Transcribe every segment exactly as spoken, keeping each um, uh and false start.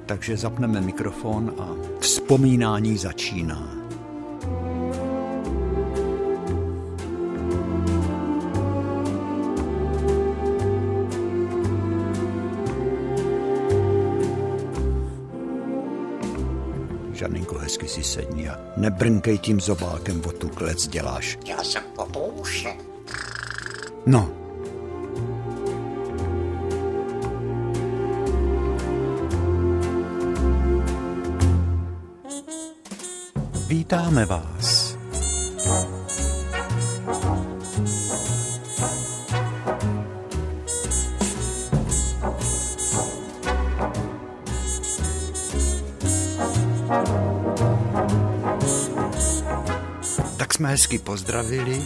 takže zapneme mikrofon a vzpomínání začíná. Žaninko, hezky si sedni a nebrnkej tím zobákem, o tu klec děláš. Já jsem popoušen. No. Vítáme vás. Tak jsme hezky pozdravili.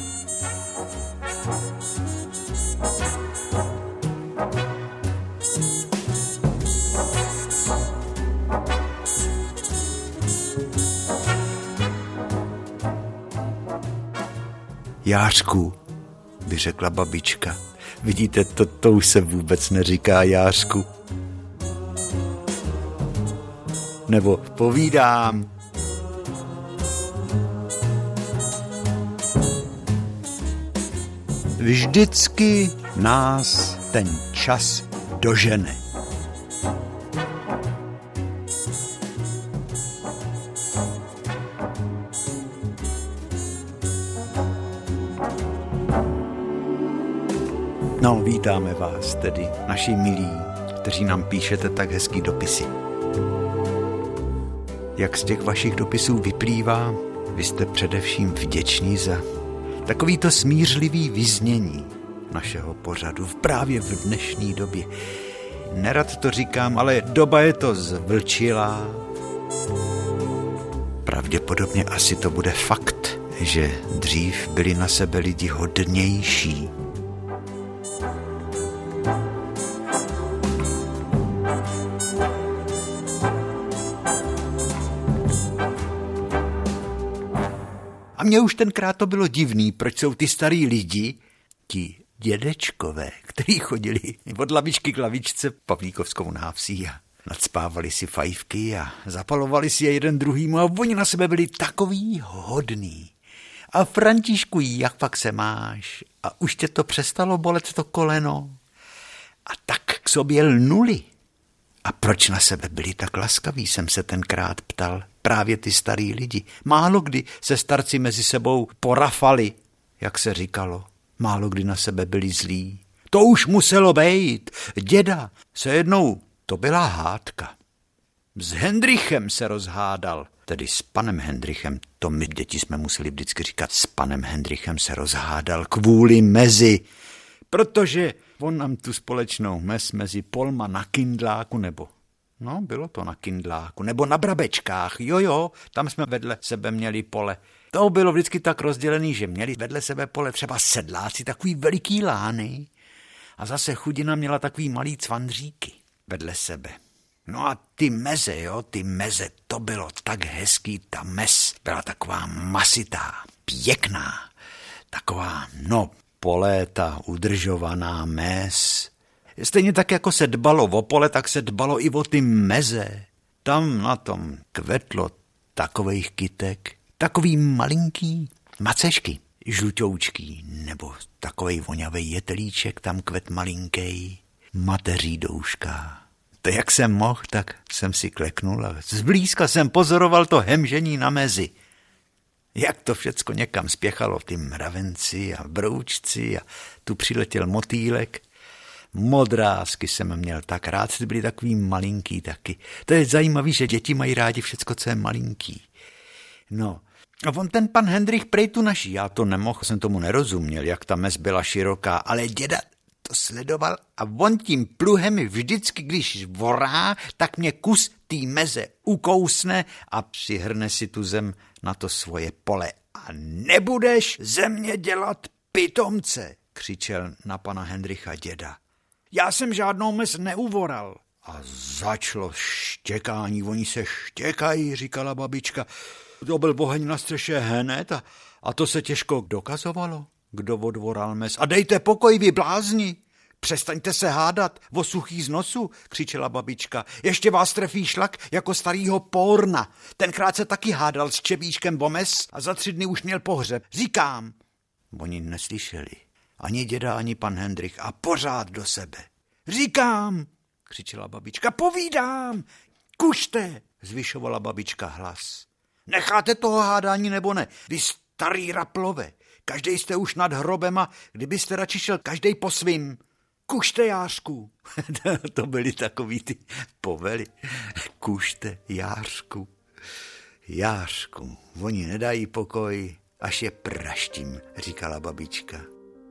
Jářku, by řekla babička. Vidíte, to, to už se vůbec neříká Jářku. Nebo povídám. Vždycky nás ten čas dožene. No, vítáme vás tedy, naši milí, kteří nám píšete tak hezký dopisy. Jak z těch vašich dopisů vyplývá, vy jste především vděční za takovýto smířlivý vyznění našeho pořadu právě v dnešní době. Nerad to říkám, ale doba je to zvlčilá. Pravděpodobně asi to bude fakt, že dřív byli na sebe lidi hodnější. A mně už tenkrát to bylo divný, proč jsou ty starý lidi, ti dědečkové, kteří chodili od lavičky k lavičce Pavlíkovskou návsí a nadspávali si fajfky a zapalovali si je jeden druhýmu a oni na sebe byli takový hodný. A Františku, jak pak se máš? A už tě to přestalo bolet to koleno? A tak k sobě lnuli. A proč na sebe byli tak laskaví, jsem se tenkrát ptal. Právě ty starý lidi. Málo kdy se starci mezi sebou porafali, jak se říkalo. Málo kdy na sebe byli zlí. To už muselo být. Děda se jednou, to byla hádka. S Hendrichem se rozhádal, tedy s panem Hendrichem, to my děti jsme museli vždycky říkat, s panem Hendrichem se rozhádal kvůli mezi, protože on nám tu společnou mez mezi polma na Kindláku, nebo no, bylo to na Kindláku, nebo na Brabečkách, jo, jo, tam jsme vedle sebe měli pole. To bylo vždycky tak rozdělený, že měli vedle sebe pole třeba sedláci, takový veliký lány a zase chudina měla takový malý cvandříky vedle sebe. No a ty meze, jo, ty meze, to bylo tak hezký, ta mez byla taková masitá, pěkná, taková, no, po léta udržovaná mez. Stejně tak, jako se dbalo o pole, tak se dbalo i o ty meze. Tam na tom kvetlo takovejch kytek, takový malinký macešky, žlutoučký, nebo takovej voňavej jetelíček, tam kvet malinkej, mateří douška. To jak jsem mohl, tak jsem si kleknul a zblízka jsem pozoroval to hemžení na mezi. Jak to všecko někam spěchalo, ty mravenci a broučci a tu přiletěl motýlek. Modrásky jsem měl tak rád, ty byly takový malinký taky. To je zajímavý, že děti mají rádi všecko, co je malinký. No, a on ten pan Hendrich prej tu naší, já to nemohl, jsem tomu nerozuměl, jak ta mez byla široká, ale děda to sledoval a on tím pluhem vždycky, když vorá, tak mě kus té meze ukousne a přihrne si tu zem na to svoje pole. A nebudeš ze mě dělat pitomce, křičel na pana Hendricha děda. Já jsem žádnou mez neuvoral. A začalo štěkání, oni se štěkají, říkala babička. To byl oheň na střeše hned a, a to se těžko dokazovalo, kdo odvoral mez. A dejte pokoj, vy blázni, Přestaňte se hádat, o suchý z nosu, křičela babička. Ještě vás trefí šlak jako starýho pórna. Tenkrát se taky hádal s Čebíškem Bomes a za tři dny už měl pohřeb. Říkám. Oni neslyšeli. Ani děda, ani pan Hendrich a pořád do sebe. Říkám, křičela babička, povídám. Kušte, zvyšovala babička hlas. Necháte toho hádání nebo ne? Vy starý raplové. Každej jste už nad hrobem a kdybyste radši šel každej po svým. Kušte, Jářku. To byly takový ty povely. Kušte, Jářku. Jářku, oni nedají pokoj, až je praštím, říkala babička.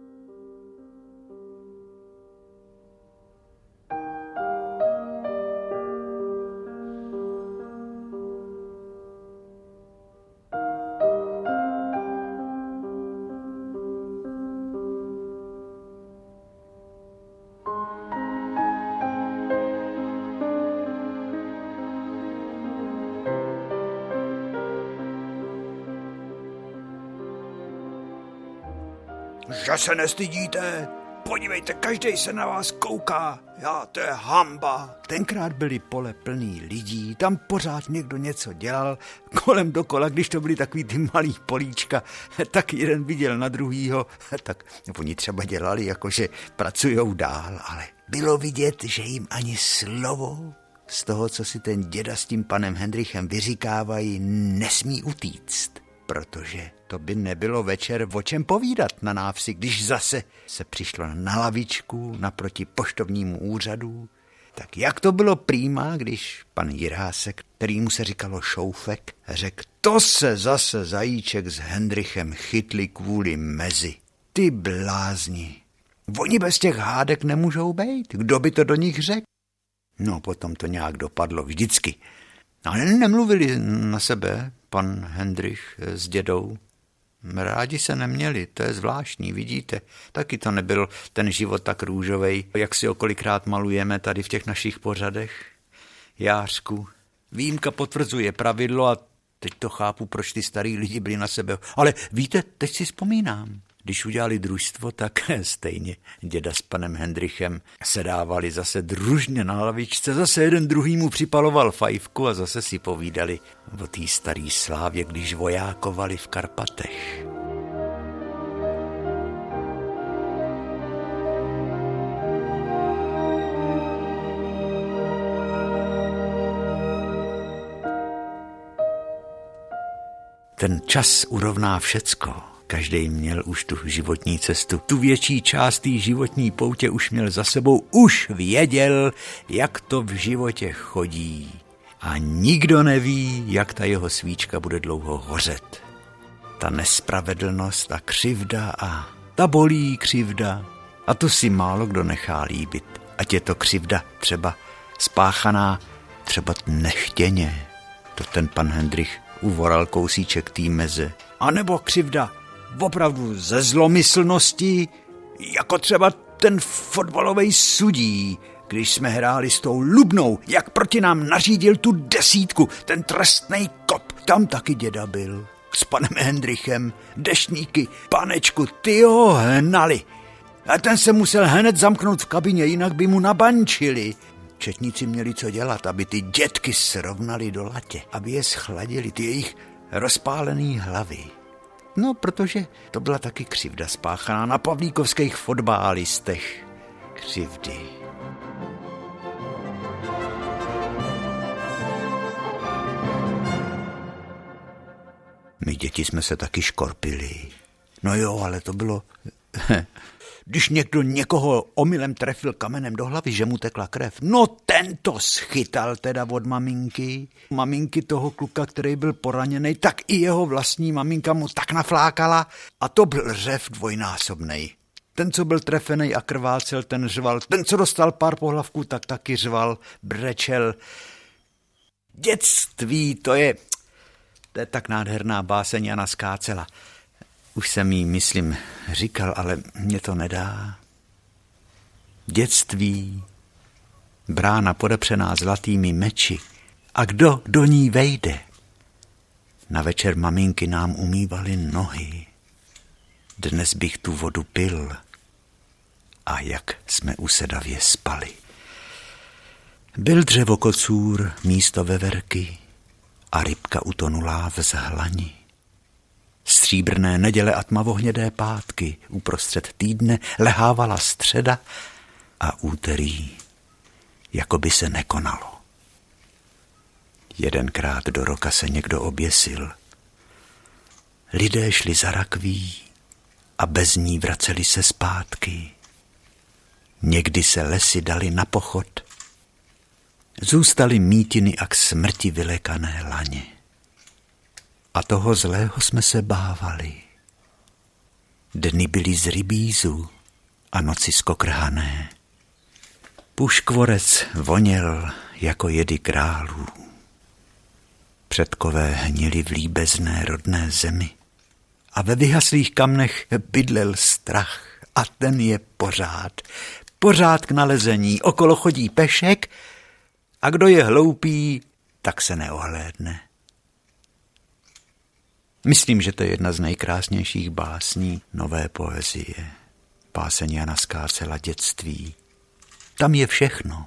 Že se nestydíte? Podívejte, každej se na vás kouká. Já, to je hamba. Tenkrát byly pole plný lidí, tam pořád někdo něco dělal, kolem dokola, když to byly takový ty malý políčka, tak jeden viděl na druhýho, tak oni třeba dělali, jakože pracujou dál, ale bylo vidět, že jim ani slovo z toho, co si ten děda s tím panem Hendrichem vyříkávají, nesmí utíct. Protože to by nebylo večer o čem povídat na návsi, když zase se přišlo na lavičku naproti poštovnímu úřadu. Tak jak to bylo prýma, když pan Jirásek, kterýmu se říkalo Šoufek, řekl, to se zase Zajíček s Hendrichem chytli kvůli mezi. Ty blázni. Oni bez těch hádek nemůžou bejt. Kdo by to do nich řekl? No potom to nějak dopadlo vždycky. Ale nemluvili na sebe pan Hendrich s dědou. Rádi se neměli, to je zvláštní, vidíte. Taky to nebyl ten život tak růžovej, jak si ho kolikrát malujeme tady v těch našich pořadech. Jářku, výjimka potvrzuje pravidlo a teď to chápu, proč ty starý lidi byli na sebe. Ale víte, teď si vzpomínám. Když udělali družstvo, tak stejně děda s panem Hendrichem se dávali zase družně na lavičce, zase jeden druhýmu připaloval fajfku a zase si povídali o té starý slávě, když vojákovali v Karpatech. Ten čas urovná všecko. Každý měl už tu životní cestu. Tu větší část té životní poutě už měl za sebou, už věděl, jak to v životě chodí. A nikdo neví, jak ta jeho svíčka bude dlouho hořet. Ta nespravedlnost a křivda a ta bolí křivda. A to si málo kdo nechá líbit. Ať je to křivda třeba spáchaná, třeba nechtěně. To ten pan Hendrich uvoral kousíček té meze. A nebo křivda opravdu ze zlomyslnosti, jako třeba ten fotbalový sudí, když jsme hráli s tou Lubnou, jak proti nám nařídil tu desítku, ten trestnej kop, tam taky děda byl. S panem Hendrichem, deštníky, panečku, ty ho hnali. A ten se musel hned zamknout v kabině, jinak by mu nabančili. Četníci měli co dělat, aby ty dětky srovnali do latě, aby je schladili, ty jejich rozpálený hlavy. No, protože to byla taky křivda spáchaná na pavlíkovských fotbalistech. Křivdy. My děti jsme se taky škorpili. No jo, ale to bylo... Když někdo někoho omylem trefil kamenem do hlavy, že mu tekla krev, no ten to schytal teda od maminky. Maminky toho kluka, který byl poraněný, tak i jeho vlastní maminka mu tak naflákala a to byl řev dvojnásobnej. Ten, co byl trefený a krvácel, ten řval. Ten, co dostal pár pohlavků, tak taky řval, brečel. Dětství, to je, to je tak nádherná báseň Jana Skácela. Už jsem jí, myslím, říkal, ale mě to nedá. Dětství, brána podepřená zlatými meči. A kdo do ní vejde? Na večer maminky nám umývaly nohy. Dnes bych tu vodu pil. a jak jsme usedavě spali. Byl dřevokocůr místo veverky a rybka utonulá v zhlani. Stříbrné neděle a tmavohnědé pátky uprostřed týdne lehávala středa a úterý, jako by se nekonalo. Jedenkrát do roka se někdo oběsil. Lidé šli za rakví a bez ní vraceli se zpátky. Někdy se lesy dali na pochod. Zůstaly mítiny a k smrti vylekané laně. A toho zlého jsme se bávali. Dny byly z rybízu a noci skokrhané. Puškvorec voněl jako jedy králů. Předkové hnili v líbezné rodné zemi a ve vyhaslých kamnech bydlel strach a ten je pořád. Pořád k nalezení, okolo chodí pešek a kdo je hloupý, tak se neohlédne. Myslím, že to je jedna z nejkrásnějších básní nové poezie. Báseň Jana Skácela Dětství. Tam je všechno.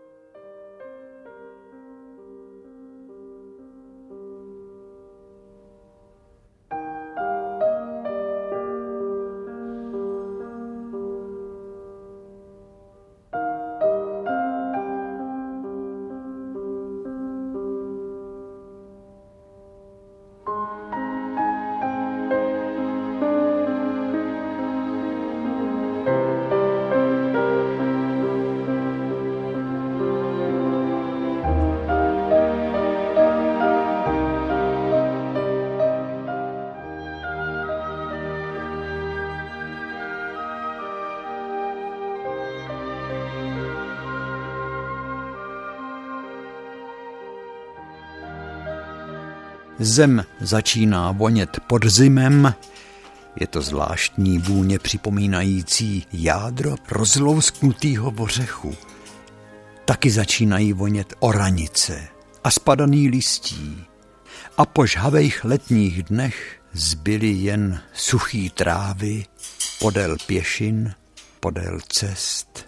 Zem začíná vonět podzimem, je to zvláštní vůně připomínající jádro rozlousknutýho ořechu. Taky začínají vonět oranice a spadaný listí a po žhavejch letních dnech zbyly jen suchý trávy podél pěšin, podél cest.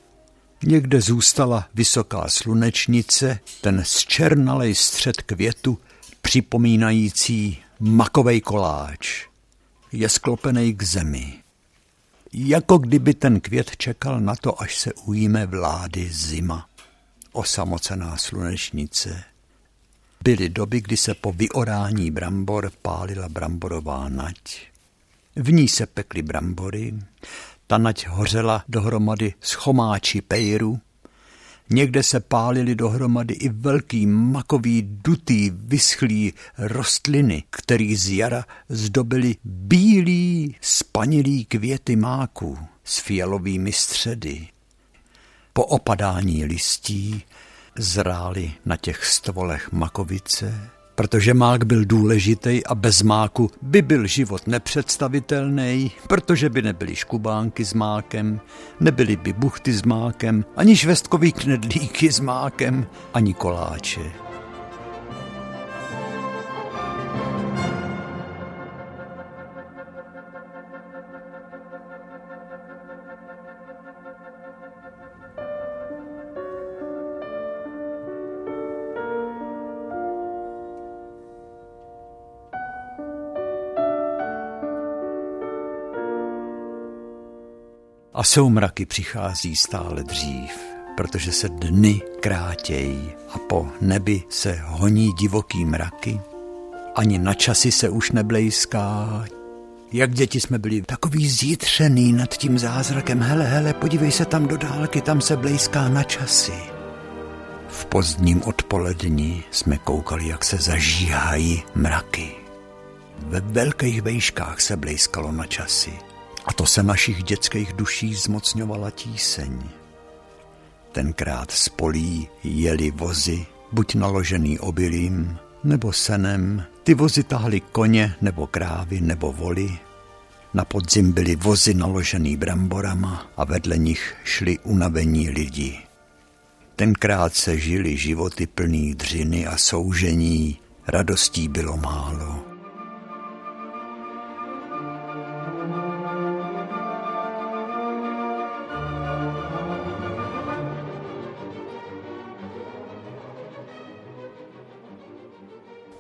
Někde zůstala vysoká slunečnice, ten zčernalej střed květu, připomínající makovej koláč, je sklopený k zemi. Jako kdyby ten květ čekal na to, až se ujme vlády zima. Osamocená slunečnice. Byly doby, kdy se po vyorání brambor pálila bramborová nať. V ní se pekly brambory, ta nať hořela dohromady s chomáči pejru. Někde se pálily dohromady i velký makový, dutý, vyschlý rostliny, který z jara zdobily bílý, spanilý květy máku s fialovými středy. Po opadání listí zrály na těch stvolech makovice, protože mák byl důležitý a bez máku by byl život nepředstavitelný, protože by nebyly škubánky s mákem, nebyly by buchty s mákem, ani švestkový knedlíky s mákem, ani koláče. A soumraky přichází stále dřív, protože se dny krátějí a po nebi se honí divoký mraky. Ani na časy se už neblejská. Jak děti jsme byli takový zjitřený nad tím zázrakem. Hele, hele, podívej se tam do dálky, tam se blejská na časy. V pozdním odpoledni jsme koukali, jak se zažíhají mraky. Ve velkých vejškách se blejskalo na časy. A to se našich dětských duší zmocňovala tíseň. Tenkrát z polí jeli vozy, buď naložený obilím, nebo senem. Ty vozy tahly koně, nebo krávy, nebo voly. Na podzim byly vozy naložený bramborama a vedle nich šli unavení lidi. Tenkrát se žili životy plný dřiny a soužení, radostí bylo málo.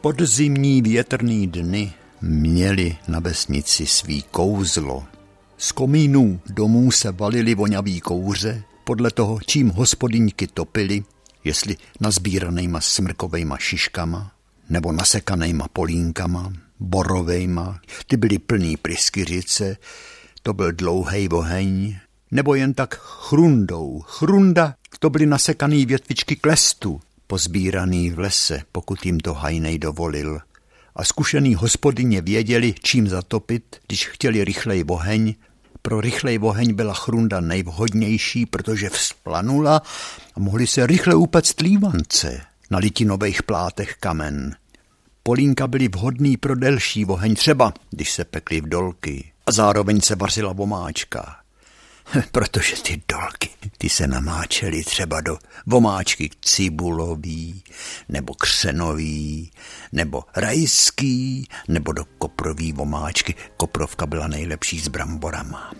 Podzimní větrný dny měli na vesnici svý kouzlo. Z komínů domů se valily vonavý kouře, podle toho, čím hospodyňky topily, jestli nazbíranejma smrkovejma šiškama, nebo nasekanejma polínkama, borovejma, ty byly plný pryskyřice, to byl dlouhej oheň, nebo jen tak chrundou. Chrunda, to byly nasekaný větvičky klestu, pozbíraný v lese, pokud jim to hajnej dovolil. A zkušený hospodyně věděli, čím zatopit, když chtěli rychlej oheň. Pro rychlej oheň byla chrunda nejvhodnější, protože vzplanula a mohli se rychle upect lívance na litinových plátech kamen. Polínka byly vhodný pro delší oheň, třeba když se pekly v dolky. A zároveň se vařila vomáčka, protože ty dolky, ty se namáčely třeba do vomáčky cibulový, nebo křenový, nebo rajský, nebo do koprový vomáčky. Koprovka byla nejlepší s bramborama.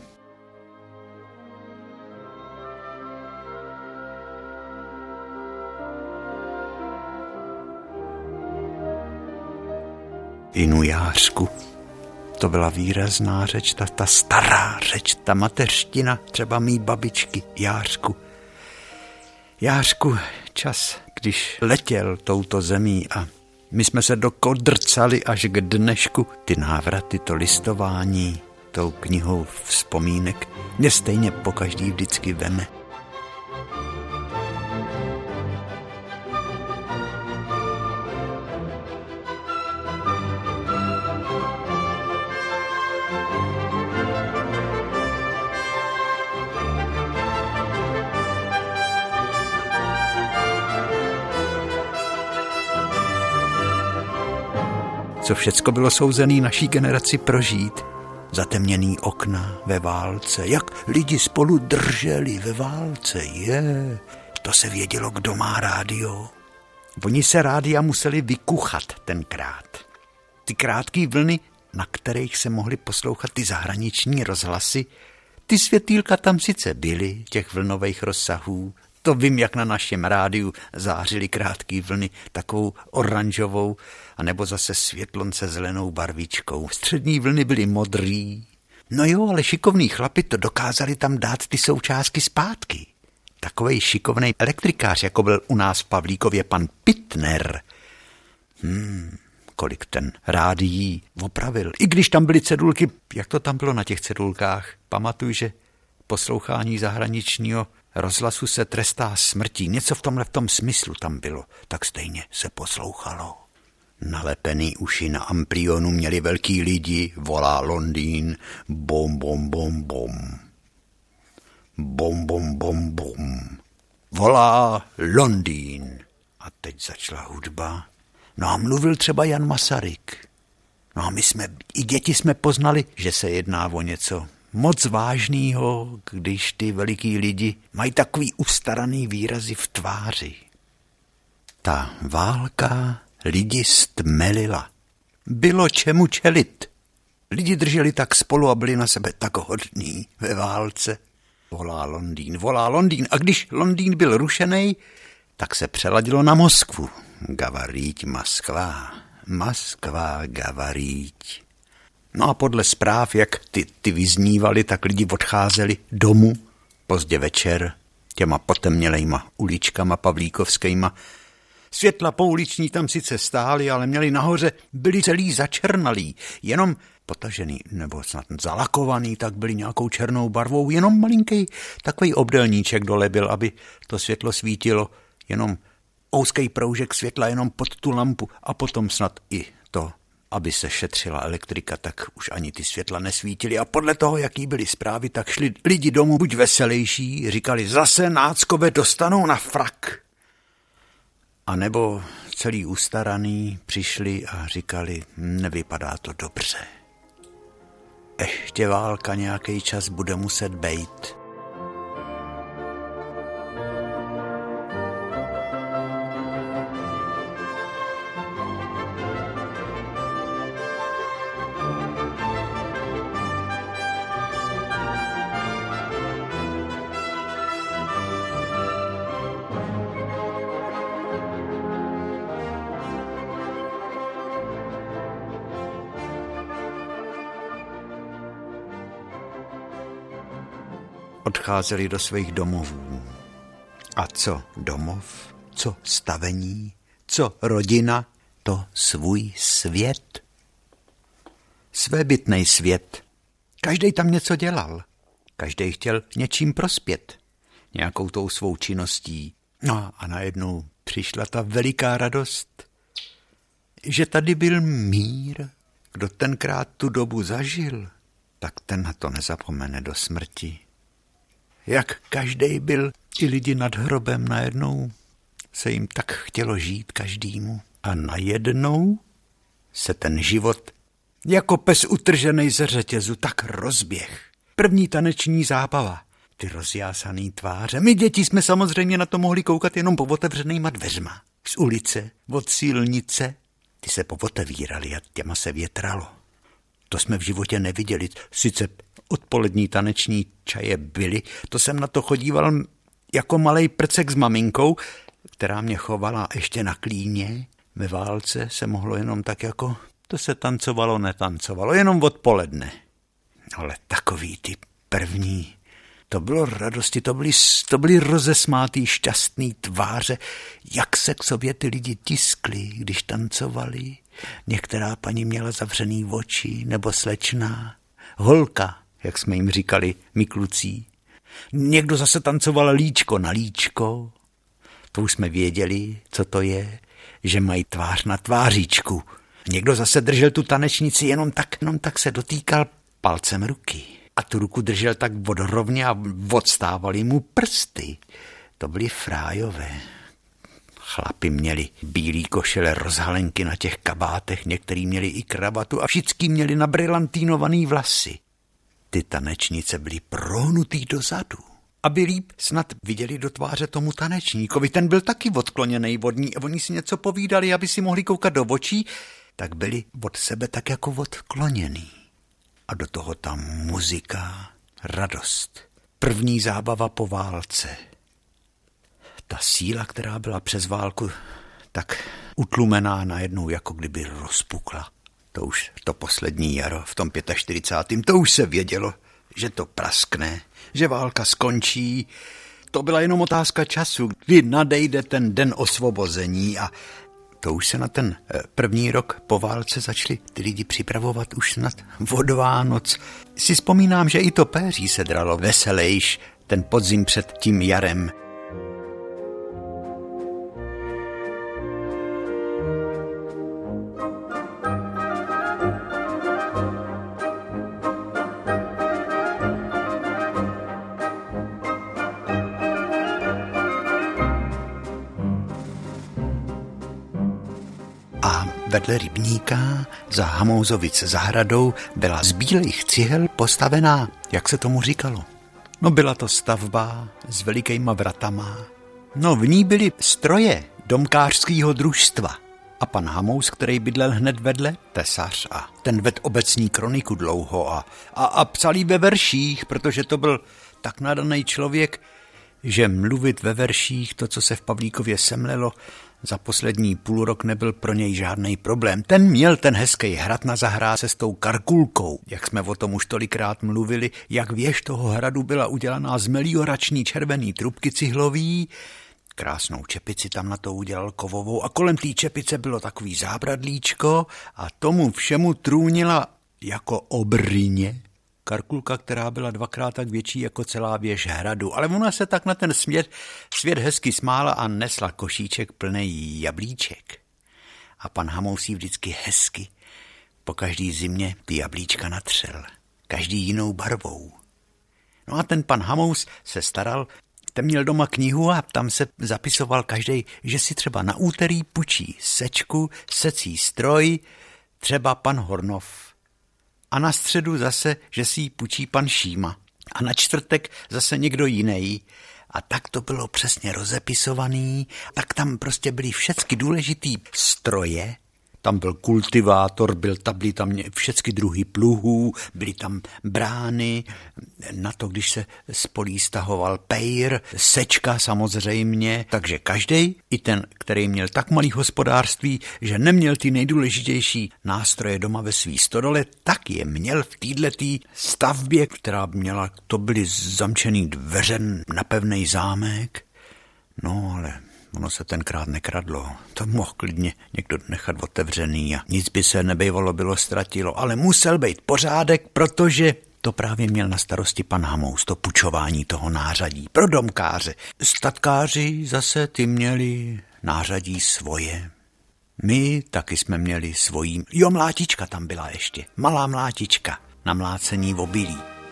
Inu Jářku. To byla výrazná řeč, ta, ta stará řeč, ta mateřština třeba mý babičky Jářku. Jářku, čas, když letěl touto zemí a my jsme se dokodrcali až k dnešku, ty návraty, to listování, tou knihou vzpomínek, mě stejně pokaždý vždycky veme. Co všecko bylo souzený naší generaci prožít. Zatemněný okna ve válce, jak lidi spolu drželi ve válce, je, to se vědělo, kdo má rádio. Oni se rádia museli vykuchat tenkrát. Ty krátké vlny, na kterých se mohly poslouchat ty zahraniční rozhlasy, ty světýlka tam sice byly, těch vlnových rozsahů. To vím, jak na našem rádiu zářily krátké vlny takovou oranžovou, anebo zase světlonce zelenou barvičkou. Střední vlny byly modrý. No jo, ale šikovný chlapi to dokázali tam dát ty součástky zpátky. Takovej šikovnej elektrikář, jako byl u nás v Pavlíkově pan Pitner. Hmm, kolik ten rádií opravil. I když tam byly cedulky, jak to tam bylo na těch cedulkách? Pamatuj, že poslouchání zahraničního rozhlasu se trestá smrtí. Něco v tomhle v tom smyslu tam bylo. Tak stejně se poslouchalo. Nalepený uši na amplionu měli velký lidi, volá Londýn, bom, bom, bom, bom. Bom, bom, bom, bom. Volá Londýn. A teď začala hudba. No a mluvil třeba Jan Masaryk. No a my jsme, i děti jsme poznali, že se jedná o něco moc vážnýho, když ty veliký lidi mají takový ustaraný výrazy v tváři. Ta válka lidi stmelila. Bylo čemu čelit. Lidi drželi tak spolu a byli na sebe tak hodní ve válce. Volá Londýn, volá Londýn. A když Londýn byl rušený, tak se přeladilo na Moskvu. Gavaríť Moskva, Moskva, gavaríť. No a podle zpráv, jak ty, ty vyznívali, tak lidi odcházeli domů pozdě večer těma potemnělejma uličkama pavlíkovskýma. Světla pouliční tam sice stály, ale měli nahoře, byli celý začernalí, jenom potažený nebo snad zalakovaný, tak byli nějakou černou barvou, jenom malinký takový obdelníček dole byl, aby to světlo svítilo, jenom ouskej proužek světla jenom pod tu lampu a potom snad i to, aby se šetřila elektrika, tak už ani ty světla nesvítily a podle toho, jaký byly zprávy, tak šli lidi domů buď veselější, říkali zase náckové dostanou na frak. A nebo celý ustaraný přišli a říkali, nevypadá to dobře. Ještě válka nějaký čas bude muset bejt. odcházeli do svých domovů. A co domov, co stavení, co rodina, to svůj svět. Svébytnej svět. Každej tam něco dělal. Každej chtěl něčím prospět. Nějakou tou svou činností. No a najednou přišla ta veliká radost, že tady byl mír. Kdo tenkrát tu dobu zažil, tak ten na to nezapomene do smrti. Jak každej byl, i lidi nad hrobem najednou se jim tak chtělo žít každému. A najednou se ten život jako pes utržený ze řetězu tak rozběh. První taneční zábava, ty rozjásaný tváře. My děti jsme samozřejmě na to mohli koukat jenom po otevřenýma dveřma. Z ulice, od silnice. Ty se pootevírali a těma se větralo. To jsme v životě neviděli. Sice odpolední taneční čaje byly, to jsem na to chodíval jako malej prcek s maminkou, která mě chovala ještě na klíně. Ve válce se mohlo jenom tak jako, to se tancovalo, netancovalo, jenom odpoledne. Ale takový ty první, to bylo radosti, to byly, to byly rozesmátý, šťastný tváře, jak se k sobě ty lidi tiskli, když tancovali. Některá paní měla zavřený oči, nebo slečná, holka, jak jsme jim říkali, my kluci. Někdo zase tancoval líčko na líčko. To už jsme věděli, co to je, že mají tvář na tváříčku. Někdo zase držel tu tanečnici, jenom tak, jenom tak se dotýkal palcem ruky. A tu ruku držel tak vodorovně a odstávali mu prsty. To byly frájové. Chlapi měli bílý košele, rozhalenky na těch kabátech, některý měli i kravatu a všichni měli nabrilantínovaný vlasy. Ty tanečnice byly prohnutý dozadu, aby líp snad viděli do tváře tomu tanečníkovi. Ten byl taky odkloněnej od ní a oni si něco povídali, aby si mohli koukat do očí, tak byli od sebe tak jako odkloněný. A do toho ta muzika, radost. První zábava po válce. Ta síla, která byla přes válku tak utlumená najednou, jako kdyby rozpukla. To už to poslední jaro v tom čtyřicátém pátém to už se vědělo, že to praskne, že válka skončí. To byla jenom otázka času, kdy nadejde ten den osvobození a to už se na ten první rok po válce začali ty lidi připravovat už snad od Vánoc. Si vzpomínám, že i to péří se dralo veselejš ten podzim před tím jarem. Vedle rybníka za Hamouzovic zahradou byla z bílých cihel postavená, jak se tomu říkalo. No byla to stavba s velikýma vratama. No v ní byly stroje domkářského družstva. A pan Hamous, který bydlel hned vedle, tesař a ten ved obecní kroniku dlouho a, a, a psal jí ve verších, protože to byl tak nadaný člověk, že mluvit ve verších, to, co se v Pavlíkově semlelo, za poslední půl rok nebyl pro něj žádný problém. Ten měl ten hezký hrad na zahrádce s tou karkulkou, jak jsme o tom už tolikrát mluvili, jak věž toho hradu byla udělaná z meliorační červený trubky cihlový, krásnou čepici tam na to udělal kovovou a kolem té čepice bylo takový zábradlíčko a tomu všemu trůnila jako obryně karkulka, která byla dvakrát tak větší jako celá věž hradu. Ale ona se tak na ten smět, svět hezky smála a nesla košíček plný jablíček. A pan Hamous jí vždycky hezky po každý zimě ty jablíčka natřel. Každý jinou barvou. No a ten pan Hamous se staral, ten měl doma knihu a tam se zapisoval každý, že si třeba na úterý pučí sečku, secí stroj, třeba pan Hornov. A na středu zase, že si ji půjčí pan Šíma. A na čtvrtek zase někdo jiný. A tak to bylo přesně rozepisovaný. Tak tam prostě byly všechny důležitý stroje, Tam byl kultivátor, byl tam, byly tam všechny druhy pluhů, byly tam brány, na to, když se z polí stahoval pejr, sečka samozřejmě, takže každej, i ten, který měl tak malý hospodářství, že neměl ty nejdůležitější nástroje doma ve svý stodole, tak je měl v této stavbě, která měla, to byly zamčený dveře na pevnej zámek, no ale ono se tenkrát nekradlo. To mohl klidně někdo nechat otevřený a nic by se nebejvalo bylo ztratilo, ale musel být pořádek, protože to právě měl na starosti pan Hamous, to pučování toho nářadí pro domkáře. Statkáři zase ty měli nářadí svoje. My taky jsme měli svojí. Jo, mlátička tam byla ještě. Malá mlátička na mlácení obilí.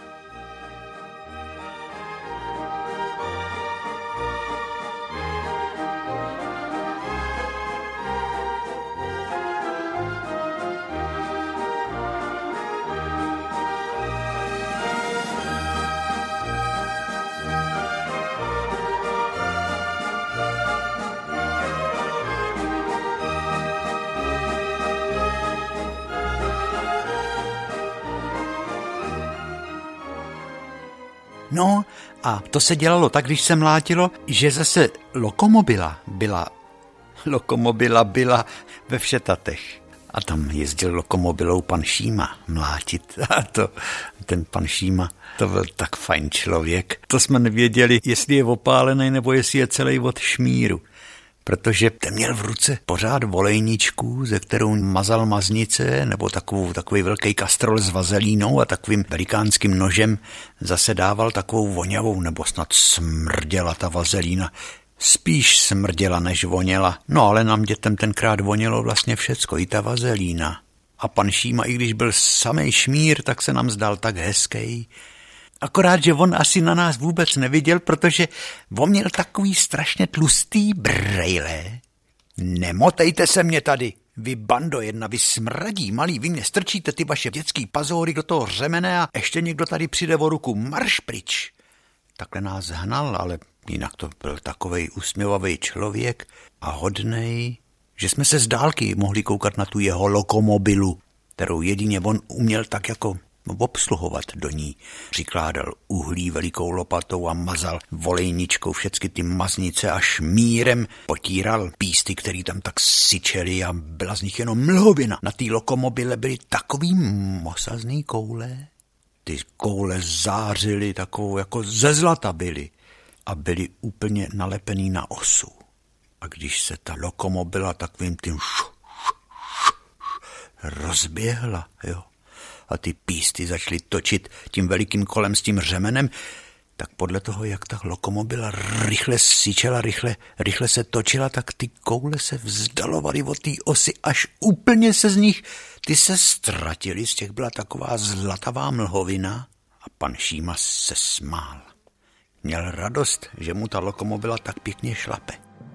No a to se dělalo tak, když se mlátilo, že zase lokomobila byla, lokomobila byla ve Všetatech. A tam jezdil lokomobilou pan Šíma mlátit. A to, ten pan Šíma, to byl tak fajn člověk. To jsme nevěděli, jestli je opálený, nebo jestli je celý od šmíru. Protože ten měl v ruce pořád volejničku, ze kterou mazal maznice, nebo takovou, takový velký kastrol s vazelínou a takovým velikánským nožem zase dával takovou voňavou, nebo snad smrděla ta vazelína. Spíš smrděla, než voněla. No ale nám dětem tenkrát vonělo vlastně všecko, i ta vazelína. A pan Šíma, i když byl samej šmír, tak se nám zdal tak hezký. Akorát, že on asi na nás vůbec neviděl, protože on měl takový strašně tlustý brejle. Nemotejte se mě tady, vy bando jedna, vy smradí malý, vy mě strčíte ty vaše dětský pazoury do toho řemene a ještě někdo tady přijde o ruku, marš pryč. Takhle nás hnal, ale jinak to byl takovej usměvavý člověk a hodnej, že jsme se z dálky mohli koukat na tu jeho lokomobilu, kterou jedině on uměl tak jako obsluhovat do ní. Přikládal uhlí velikou lopatou a mazal volejničkou všechny ty maznice a šmírem potíral písty, který tam tak syčeli a byla z nich jenom mlhovina. Na té lokomobile byly takový mosazný koule. Ty koule zářily takovou, jako ze zlata byly a byly úplně nalepený na osu. A když se ta lokomobila takovým tím š, š, š, rozběhla, jo, a ty písty začaly točit tím velikým kolem s tím řemenem, tak podle toho, jak ta lokomobila rychle syčela, rychle, rychle se točila, tak ty koule se vzdalovaly od té osy, až úplně se z nich, ty se ztratily, z těch byla taková zlatavá mlhovina a pan Šíma se smál. Měl radost, že mu ta lokomobila tak pěkně šlape.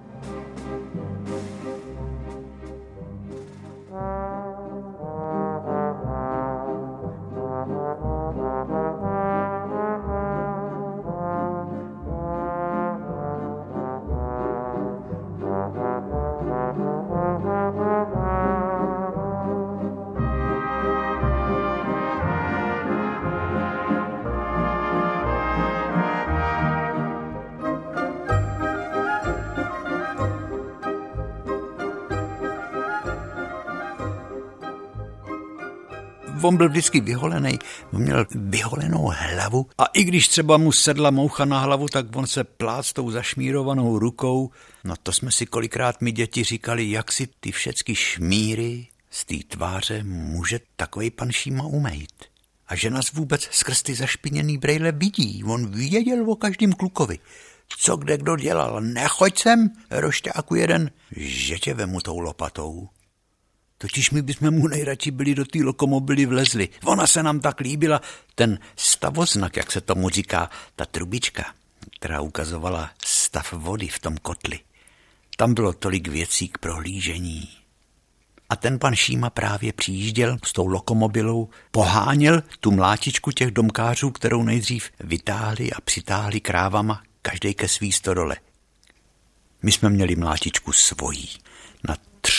On byl vždycky vyholený, on měl vyholenou hlavu a i když třeba mu sedla moucha na hlavu, tak on se plác s tou zašmírovanou rukou. No to jsme si kolikrát my děti říkali, jak si ty všecky šmíry z té tváře může takovej pan Šíma umejt. A že nás vůbec skrz ty zašpiněný brejle vidí, on věděl o každém klukovi. Co kde kdo dělal, nechoď sem, rošťáku jeden, že tě vemu tou lopatou. Totiž my bychom mu nejradši byli do té lokomobily vlezli. Ona se nám tak líbila, ten stavoznak, jak se tomu říká, ta trubička, která ukazovala stav vody v tom kotli. Tam bylo tolik věcí k prohlížení. A ten pan Šíma právě přijížděl s tou lokomobilou, poháněl tu mlátičku těch domkářů, kterou nejdřív vytáhli a přitáhli krávama, každej ke svý stodole. My jsme měli mlátičku svojí, na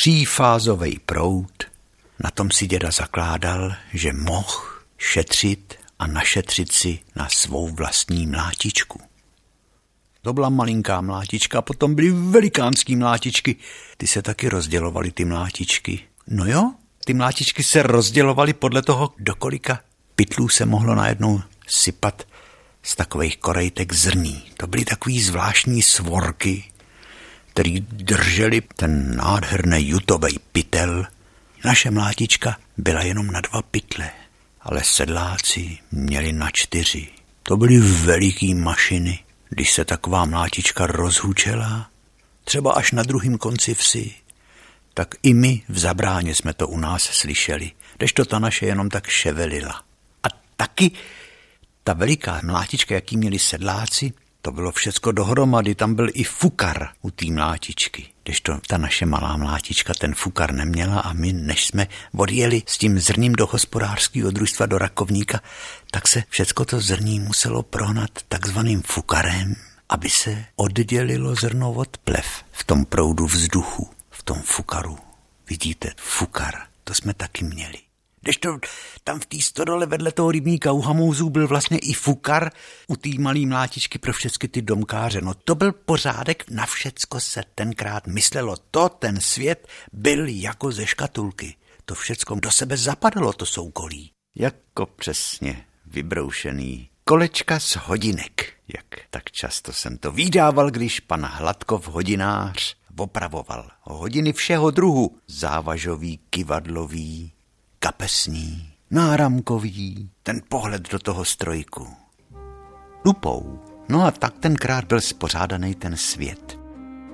třífázový proud. Na tom si děda zakládal, že mohl šetřit a našetřit si na svou vlastní mlátičku. To byla malinká mlátička, potom byly velikánský mlátičky. Ty se taky rozdělovaly, ty mlátičky. No jo, ty mlátičky se rozdělovaly podle toho, do kolika pytlů se mohlo najednou sypat z takových korejtek zrní. To byly takový zvláštní svorky, který drželi ten nádherný jutovej pytel. Naše mlátička byla jenom na dva pytle, ale sedláci měli na čtyři. To byly veliký mašiny. Když se taková mlátička rozhučela, třeba až na druhém konci vsi, tak i my v Zabráně jsme to u nás slyšeli, kdežto ta naše jenom tak ševelila. A taky ta veliká mlátička, jaký měli sedláci, to bylo všecko dohromady, tam byl i fukar u té mlátičky, kdežto ta naše malá mlátička ten fukar neměla a my, než jsme odjeli s tím zrním do hospodářského družstva do Rakovníka, tak se všecko to zrní muselo prohnat takzvaným fukarem, aby se oddělilo zrno od plev v tom proudu vzduchu, v tom fukaru. Vidíte, fukar, to jsme taky měli. Kdežto tam v té stodole vedle toho rybníka u Hamouzů byl vlastně i fukar u té malý mlátičky pro všechny ty domkáře. No to byl pořádek, na všecko se tenkrát myslelo. To, ten svět byl jako ze škatulky. To všecko do sebe zapadalo, to soukolí. Jako přesně vybroušený kolečka z hodinek. Jak tak často jsem to vydával, když pan Hladkov hodinář opravoval hodiny všeho druhu. Závažový, kyvadlový, kapesní, náramkový, ten pohled do toho strojku. Lupou. No a tak tenkrát byl spořádaný ten svět.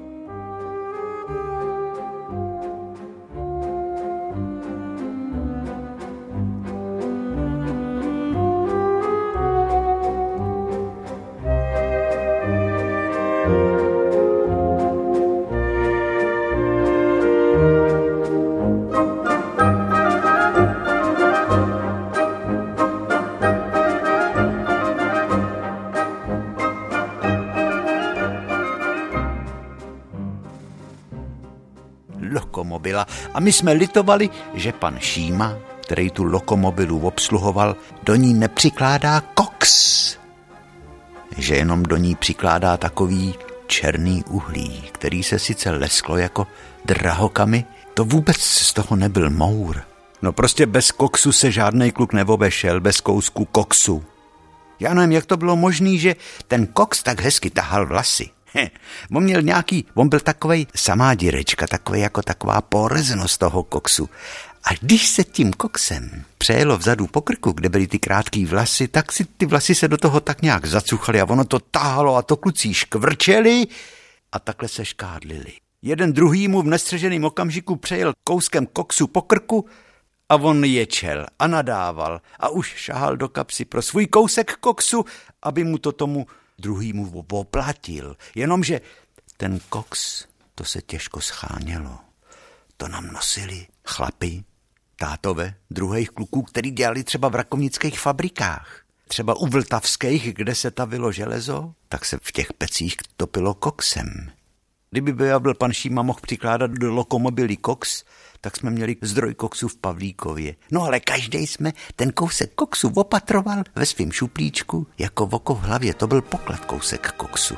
Lokomobila. A my jsme litovali, že pan Šíma, který tu lokomobilu obsluhoval, do ní nepřikládá koks. Že jenom do ní přikládá takový černý uhlí, který se sice lesklo jako drahokamy, to vůbec z toho nebyl mour. No prostě bez koksu se žádnej kluk neobešel, bez kousku koksu. Já nevím, jak to bylo možný, že ten koks tak hezky tahal vlasy. He, on měl nějaký, on byl takovej samá dírečka, takovej jako taková poreznost toho koksu. A když se tím koksem přejelo vzadu po krku, kde byly ty krátký vlasy, tak si ty vlasy se do toho tak nějak zacuchaly a ono to tahalo a to kluci škvrčeli a takhle se škádlili. Jeden druhýmu v nestřeženém okamžiku přejel kouskem koksu po krku a on ječel a nadával a už šahal do kapsy pro svůj kousek koksu, aby mu to tomu druhýmu oplatil. Jenomže ten koks, to se těžko schánělo. To nám nosili chlapi, tátové, druhých kluků, který dělali třeba v rakovnických fabrikách. Třeba u vltavských, kde se tavilo železo, tak se v těch pecích topilo koksem. Kdyby byl pan Šíma mohl přikládat do lokomobily koks, tak jsme měli zdroj koksu v Pavlíkově. No ale každý jsme ten kousek koksu opatroval ve svém šuplíčku jako oko v hlavě. To byl poklad kousek koksu.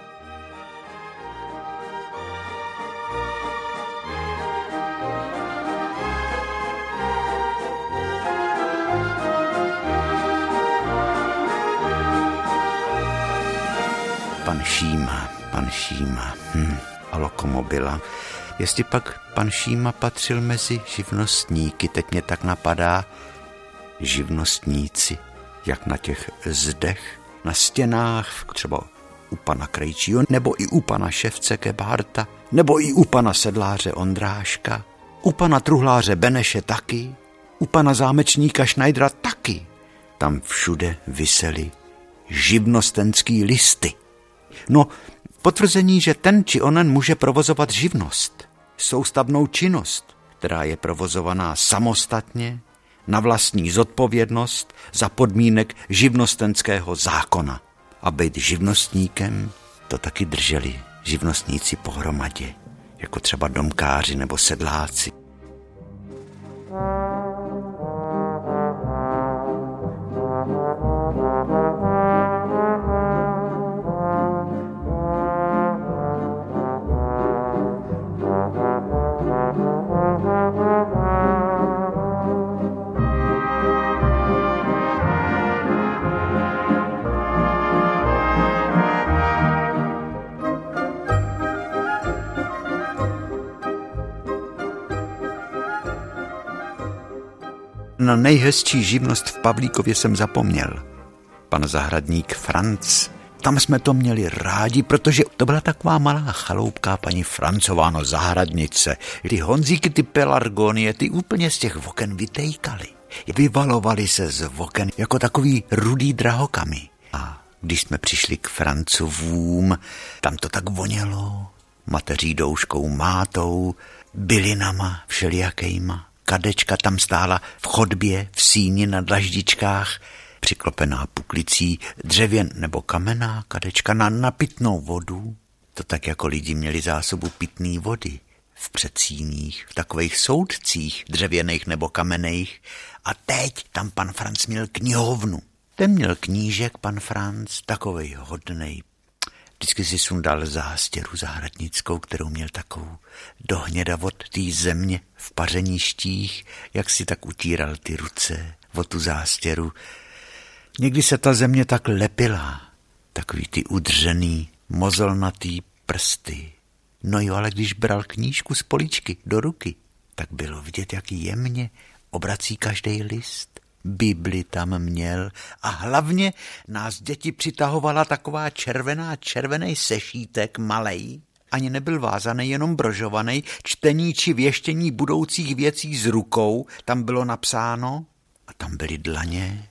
Pan Šíma, pan Šíma hm, a lokomobila. Jestli pak pan Šíma patřil mezi živnostníky, teď mě tak napadá, živnostníci, jak na těch zdech, na stěnách, třeba u pana Krejčího, nebo i u pana ševce Gebharta, nebo i u pana sedláře Ondráška, u pana truhláře Beneše taky, u pana zámečníka Šnajdra taky. Tam všude visely živnostenský listy. No, potvrzení, že ten či onen může provozovat živnost, soustavnou činnost, která je provozovaná samostatně, na vlastní zodpovědnost za podmínek živnostenského zákona. A být živnostníkem, to taky drželi živnostníci pohromadě. jako třeba domkáři nebo sedláci. Na nejhezčí živnost v Pavlíkově jsem zapomněl. Pan zahradník Franc. Tam jsme to měli rádi, protože to byla taková malá chaloupka paní Francová, no zahradnice. Ty honzíky, ty pelargonie, ty úplně z těch oken vytejkaly. Vyvalovaly se z oken jako takový rudý drahokamy. A když jsme přišli k Francovům, tam to tak vonělo. Mateří douškou, mátou, bylinama všelijakejma. Kadečka tam stála v chodbě, v síni na dlaždičkách, přiklopená puklicí, dřevěn nebo kamenná kadečka na, na pitnou vodu. To tak jako lidi měli zásobu pitné vody v předsíních, v takových soudcích, dřevěných nebo kamenných. A teď tam pan Franc měl knihovnu. Ten měl knížek, pan Franc, takovej hodnej. Vždycky si sundal zástěru zahradnickou, kterou měl takovou do hněda od té země v pařeništích, jak si tak utíral ty ruce o tu zástěru. Někdy se ta země tak lepila, takový ty udřený, mozolnatý prsty. No jo, ale když bral knížku z poličky do ruky, tak bylo vidět, jak jemně obrací každý list. Bibli tam měl a hlavně nás děti přitahovala taková červená, červený sešítek malej, ani nebyl vázaný, jenom brožovaný, čtení či věštění budoucích věcí s rukou, tam bylo napsáno a tam byly dlaně,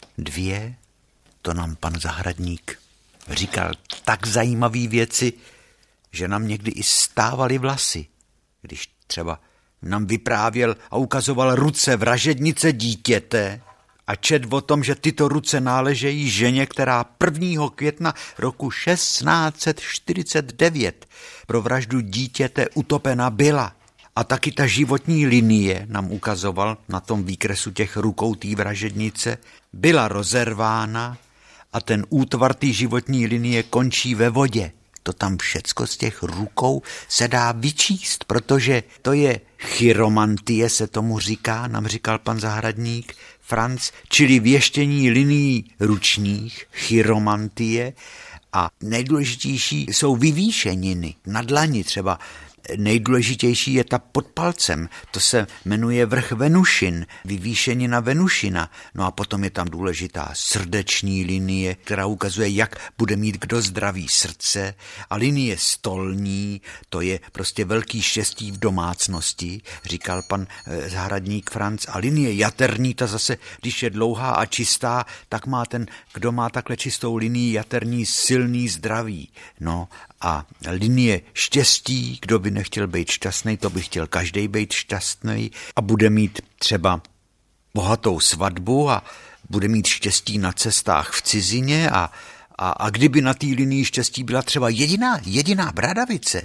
dvě, to nám pan zahradník říkal tak zajímavý věci, že nám někdy i stávaly vlasy, když třeba nám vyprávěl a ukazoval ruce vražednice dítěte a čet o tom, že tyto ruce náležejí ženě, která prvního května roku šestnáct set čtyřicet devět pro vraždu dítěte utopena byla. A taky ta životní linie, nám ukazoval na tom výkresu těch rukou té vražednice, byla rozervána a ten útvar té životní linie končí ve vodě. To tam všecko z těch rukou se dá vyčíst, protože to je chiromantie, se tomu říká, nám říkal pan zahradník Franc, čili věštění linií ručních, chiromantie, a nejdůležitější jsou vyvýšeniny na dlani třeba. Nejdůležitější je ta pod palcem, to se jmenuje vrch Venušin, vyvýšenina Venušina. No a potom je tam důležitá srdeční linie, která ukazuje, jak bude mít kdo zdravý srdce, a linie stolní, to je prostě velký štěstí v domácnosti, říkal pan eh, zahradník Franc, a linie jaterní, ta zase, když je dlouhá a čistá, tak má ten, kdo má takhle čistou linii jaterní, silný zdraví. No a linie štěstí, kdo by nechtěl být šťastný, to by chtěl každej být šťastný a bude mít třeba bohatou svatbu a bude mít štěstí na cestách v cizině a, a, a kdyby na té linii štěstí byla třeba jediná, jediná bradavice,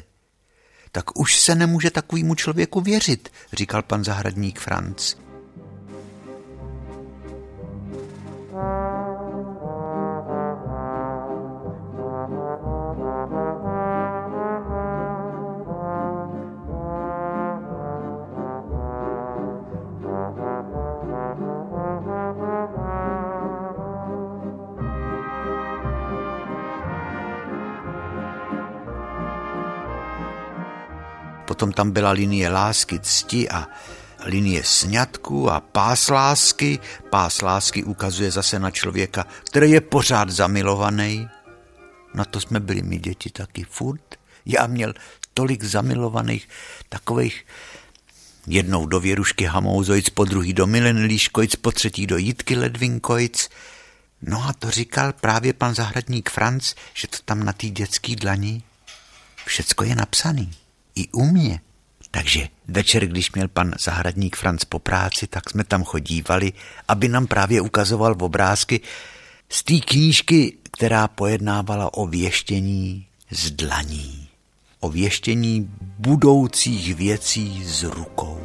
tak už se nemůže takovému člověku věřit, říkal pan zahradník Franc. Potom tam byla linie lásky, cti a linie sňatku a pás lásky. Pás lásky ukazuje zase na člověka, který je pořád zamilovaný. Na to jsme byli my děti taky furt. Já měl tolik zamilovaných, takových jednou do Věrušky Hamouzojc, po druhý do Mileny Líškojc, po třetí do Jitky Ledvinkojc. No a to říkal právě pan zahradník Franc, že to tam na té dětské dlani všecko je napsaný. I u mě. Takže večer, když měl pan zahradník Franc po práci, tak jsme tam chodívali, aby nám právě ukazoval obrázky z té knížky, která pojednávala o věštění z dlaní. o věštění budoucích věcí z rukou.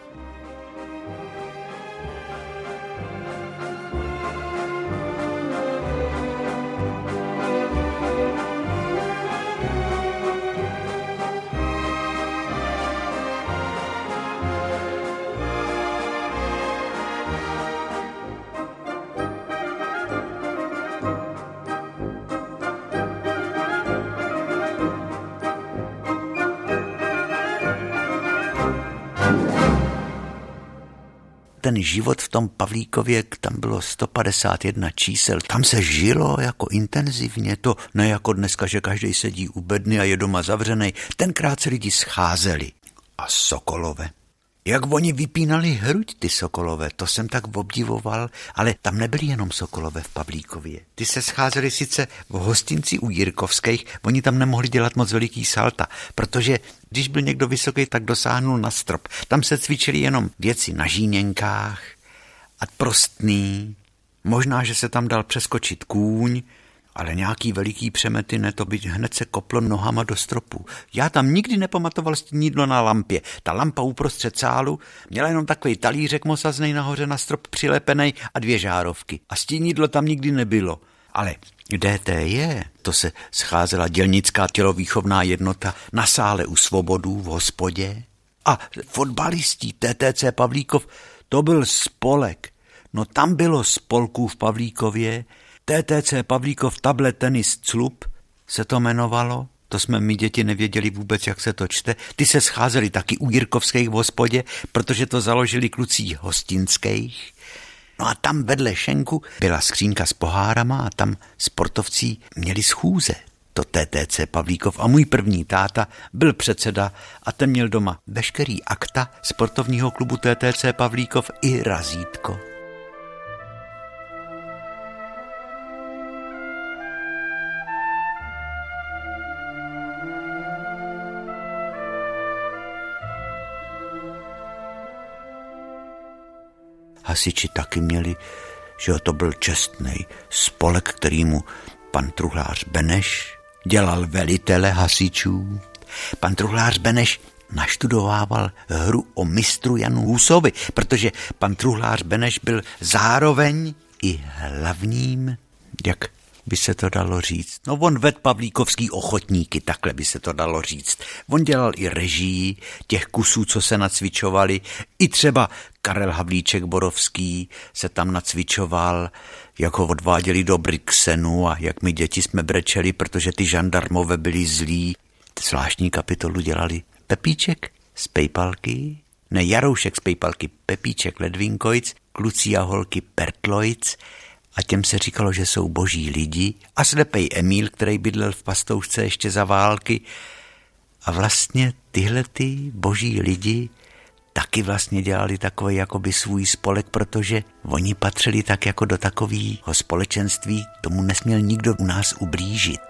Ten život v tom Pavlíkově, tam bylo sto padesát jedna čísel, tam se žilo jako intenzivně, to ne jako dneska, že každý sedí u bedny a je doma zavřenej, tenkrát se lidi scházeli. A Sokolové. Jak oni vypínali hruď, ty Sokolové, to jsem tak obdivoval, ale tam nebyli jenom Sokolové v Pavlíkově. Ty se scházeli sice v hostinci u Jirkovských, oni tam nemohli dělat moc veliký salta, protože když byl někdo vysoký, tak dosáhnul na strop. Tam se cvičili jenom věci na žíněnkách a prostný. Možná, že se tam dal přeskočit kůň, ale nějaký veliký přemety ne, to by hned se koplo nohama do stropu. Já tam nikdy nepamatoval stínidlo na lampě. Ta lampa uprostřed sálu měla jenom takový talířek mosaznej nahoře na strop přilepenej a dvě žárovky. A stínidlo tam nikdy nebylo. Ale D T J, to se scházela dělnická tělovýchovná jednota na sále u Svobodů v hospodě. A fotbalistí T T C Pavlíkov, to byl spolek. No tam bylo spolků v Pavlíkově, T T C Pavlíkov Table Tenis Club se to jmenovalo, to jsme my děti nevěděli vůbec, jak se to čte. Ty se scházeli taky u Jirkovských v hospodě, protože to založili kluci hostinských. No a tam vedle šenku byla skřínka s pohárama a tam sportovci měli schůze. To T T C Pavlíkov a můj první táta byl předseda a ten měl doma veškerý akta sportovního klubu T T C Pavlíkov i razítko. Hasiči taky měli, že to byl čestnej spolek, kterýmu pan truhlář Beneš dělal velitele hasičů. Pan truhlář Beneš naštudovával hru o mistru Janu Husovi, protože pan truhlář Beneš byl zároveň i hlavním, jak by se to dalo říct. No on ved pavlíkovský ochotníky, takhle by se to dalo říct. On dělal i režii těch kusů, co se nacvičovali. I třeba Karel Havlíček Borovský se tam nacvičoval, jak ho odváděli do Brixenu a jak my děti jsme brečeli, protože ty žandarmové byli zlí. Zvláštní kapitolu dělali Pepíček z Pejpalky, ne Jaroušek z Pejpalky, Pepíček Ledvinkojc, kluci a holky Pertlojc, a těm se říkalo, že jsou boží lidi, a slepej Emíl, který bydlel v Pastoušce ještě za války. A vlastně tyhle ty boží lidi taky vlastně dělali takový jakoby svůj spolek, protože oni patřili tak jako do takového společenství, tomu nesměl nikdo u nás ublížit.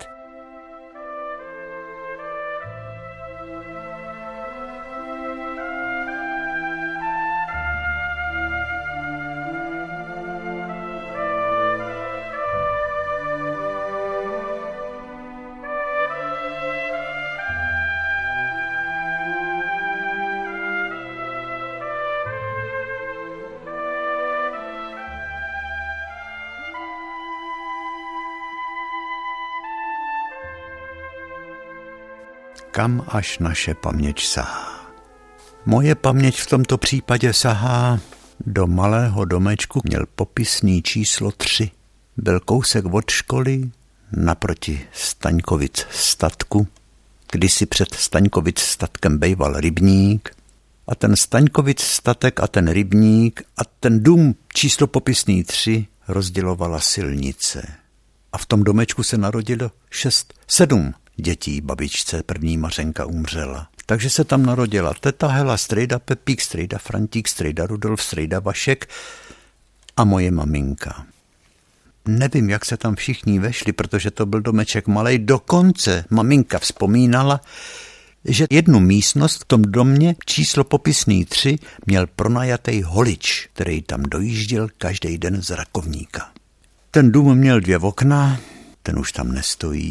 Kam až naše paměť sahá? Moje paměť v tomto případě sahá do malého domečku, měl popisný číslo tři. Byl kousek od školy, naproti Staňkovic statku. Kdysi před Staňkovic statkem bejval rybník a ten Staňkovic statek a ten rybník a ten dům číslo popisný tři rozdělovala silnice. A v tom domečku se narodilo šest, sedm dětí. Babičce první Mařenka umřela. Takže se tam narodila teta Hela, strejda Pepík, strejda Frantík, strejda Rudolf, strejda Vašek a moje maminka. Nevím, jak se tam všichni vešli, protože to byl domeček malej. Dokonce maminka vzpomínala, že jednu místnost v tom domě číslo popisný tři měl pronajatý holič, který tam dojížděl každý den z Rakovníka. Ten dům měl dvě okna, ten už tam nestojí.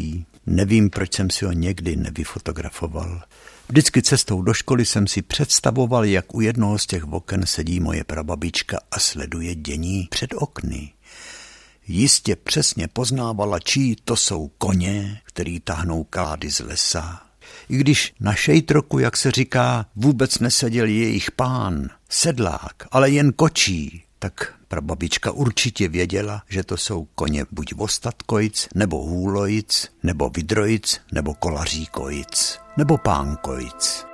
Nevím, proč jsem si ho někdy nevyfotografoval. Vždycky cestou do školy jsem si představoval, jak u jednoho z těch oken sedí moje prababička a sleduje dění před okny. Jistě přesně poznávala, čí to jsou koně, který tahnou klády z lesa. I když na šejtroku, jak se říká, vůbec neseděl jejich pán, sedlák, ale jen kočí, tak prababička určitě věděla, že to jsou koně buď vostatkojc, nebo hůlojc, nebo vidrojc, nebo kolaříkojc, nebo pánkojc.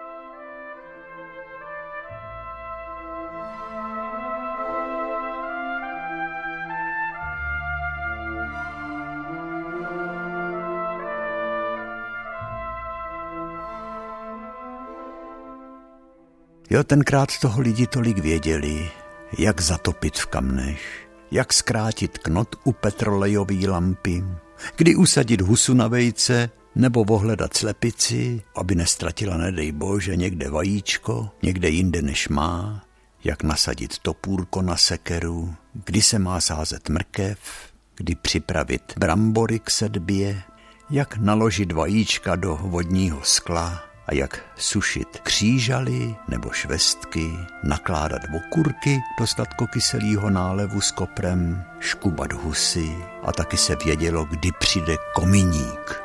Jo, tenkrát toho lidi tolik věděli, jak zatopit v kamnech, jak zkrátit knot u petrolejové lampy, kdy usadit husu na vejce nebo ohledat slepici, aby nestratila, nedej bože, někde vajíčko, někde jinde než má, jak nasadit topůrko na sekeru, kdy se má sázet mrkev, kdy připravit brambory k sedbě, jak naložit vajíčka do vodního skla, a jak sušit křížaly nebo švestky, nakládat okurky do sladkokyselého nálevu s koprem, škubat husy a taky se vědělo, kdy přijde kominík.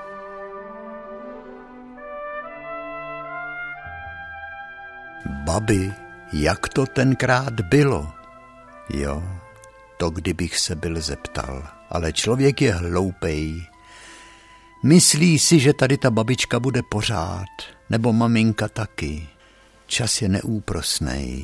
Babi, jak to tenkrát bylo? Jo, to kdybych se byl zeptal, ale člověk je hloupej. Myslí si, že tady ta babička bude pořád, nebo maminka taky. Čas je neúprosnej.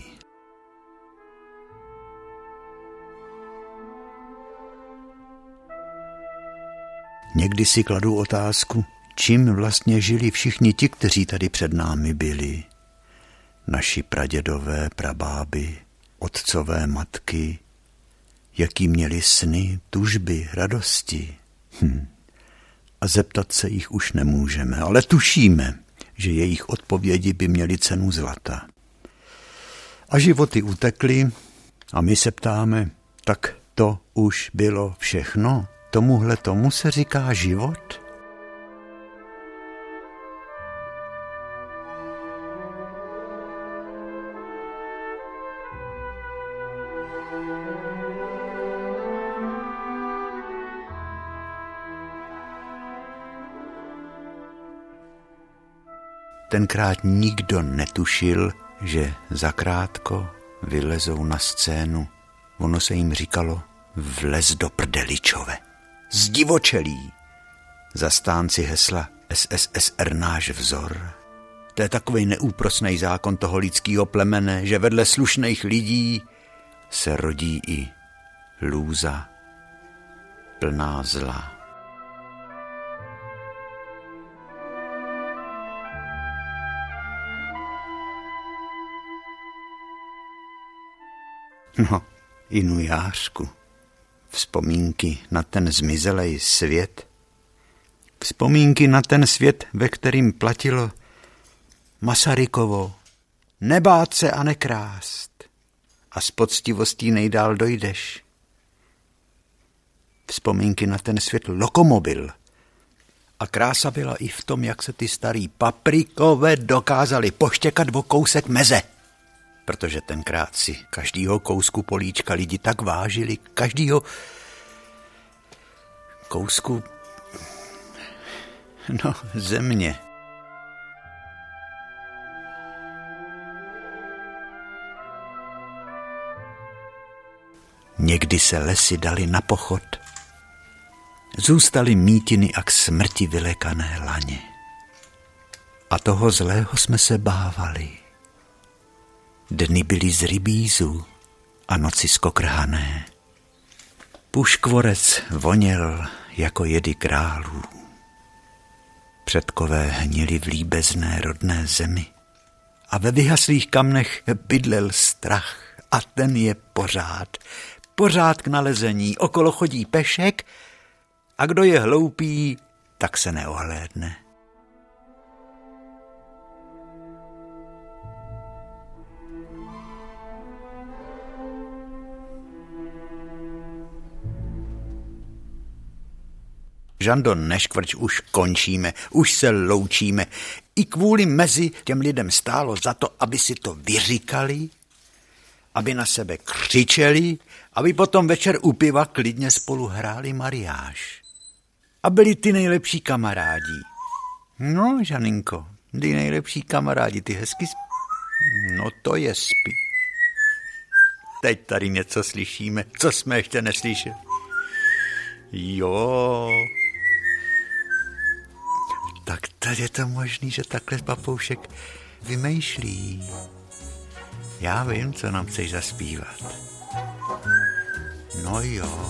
Někdy si kladu otázku, čím vlastně žili všichni ti, kteří tady před námi byli. Naši pradědové, prabáby, otcové matky, jaký měli sny, tužby, radosti. Hm. A zeptat se jich už nemůžeme, ale tušíme, že jejich odpovědi by měly cenu zlata. A životy utekly a my se ptáme, tak to už bylo všechno? Tomuhle tomu se říká život? Tenkrát nikdo netušil, že zakrátko vylezou na scénu. Ono se jim říkalo vlez do prdeličove. Zdivočelí. Zastánci hesla S S S R náš vzor. To je takovej neúprosnej zákon toho lidského plemene, že vedle slušných lidí se rodí i lůza plná zla. No, Inujářku, vzpomínky na ten zmizelej svět, vzpomínky na ten svět, ve kterým platilo Masarykovo, nebát se a nekrást a s poctivostí nejdál dojdeš. Vzpomínky na ten svět Lokomobil. A krása byla i v tom, jak se ty starý paprikové dokázali poštěkat o kousek meze. Protože tenkrát si každýho kousku políčka lidi tak vážili, každýho kousku, no, země. Někdy se lesy dali na pochod, zůstaly mítiny a k smrti vylekané laně. A toho zlého jsme se bávali. Dny byly z rybízu a noci skokrhané. Puškvorec voněl jako jedy králů. Předkové hnili v líbezné rodné zemi a ve vyhaslých kamnech bydlel strach a ten je pořád. Pořád k nalezení, okolo chodí pešek a kdo je hloupý, tak se neohlédne. Žando, neškvrč, už končíme, už se loučíme. I kvůli mezi těm lidem stálo za to, aby si to vyříkali, aby na sebe křičeli, aby potom večer u piva klidně spolu hráli mariáž. A byli ty nejlepší kamarádi. No, Žaninko, ty nejlepší kamarádi, ty hezky sp... No to je spí. Teď tady něco slyšíme, co jsme ještě neslyšeli. Jo. Tak tady je to možný, že takhle papoušek vymýšlí. Já vím, co nám chceš zaspívat. No jo.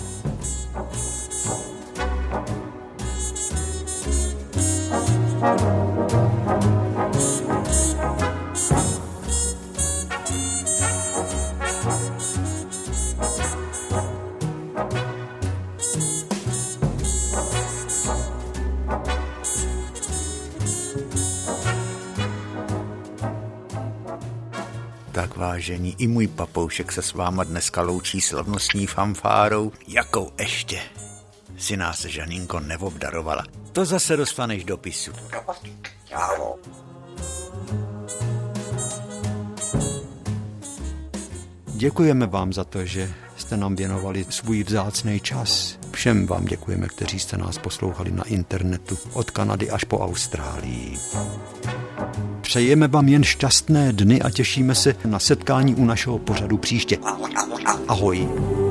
Tak vážení, i můj papoušek se s váma dneska loučí slavnostní fanfárou, jakou ještě si nás Žaninko neobdarovala. To zase dostaneš dopisu. Děkujeme vám za to, že jste nám věnovali svůj vzácný čas. Všem vám děkujeme, kteří jste nás poslouchali na internetu od Kanady až po Austrálii. Přejeme vám jen šťastné dny a těšíme se na setkání u našeho pořadu příště. Ahoj.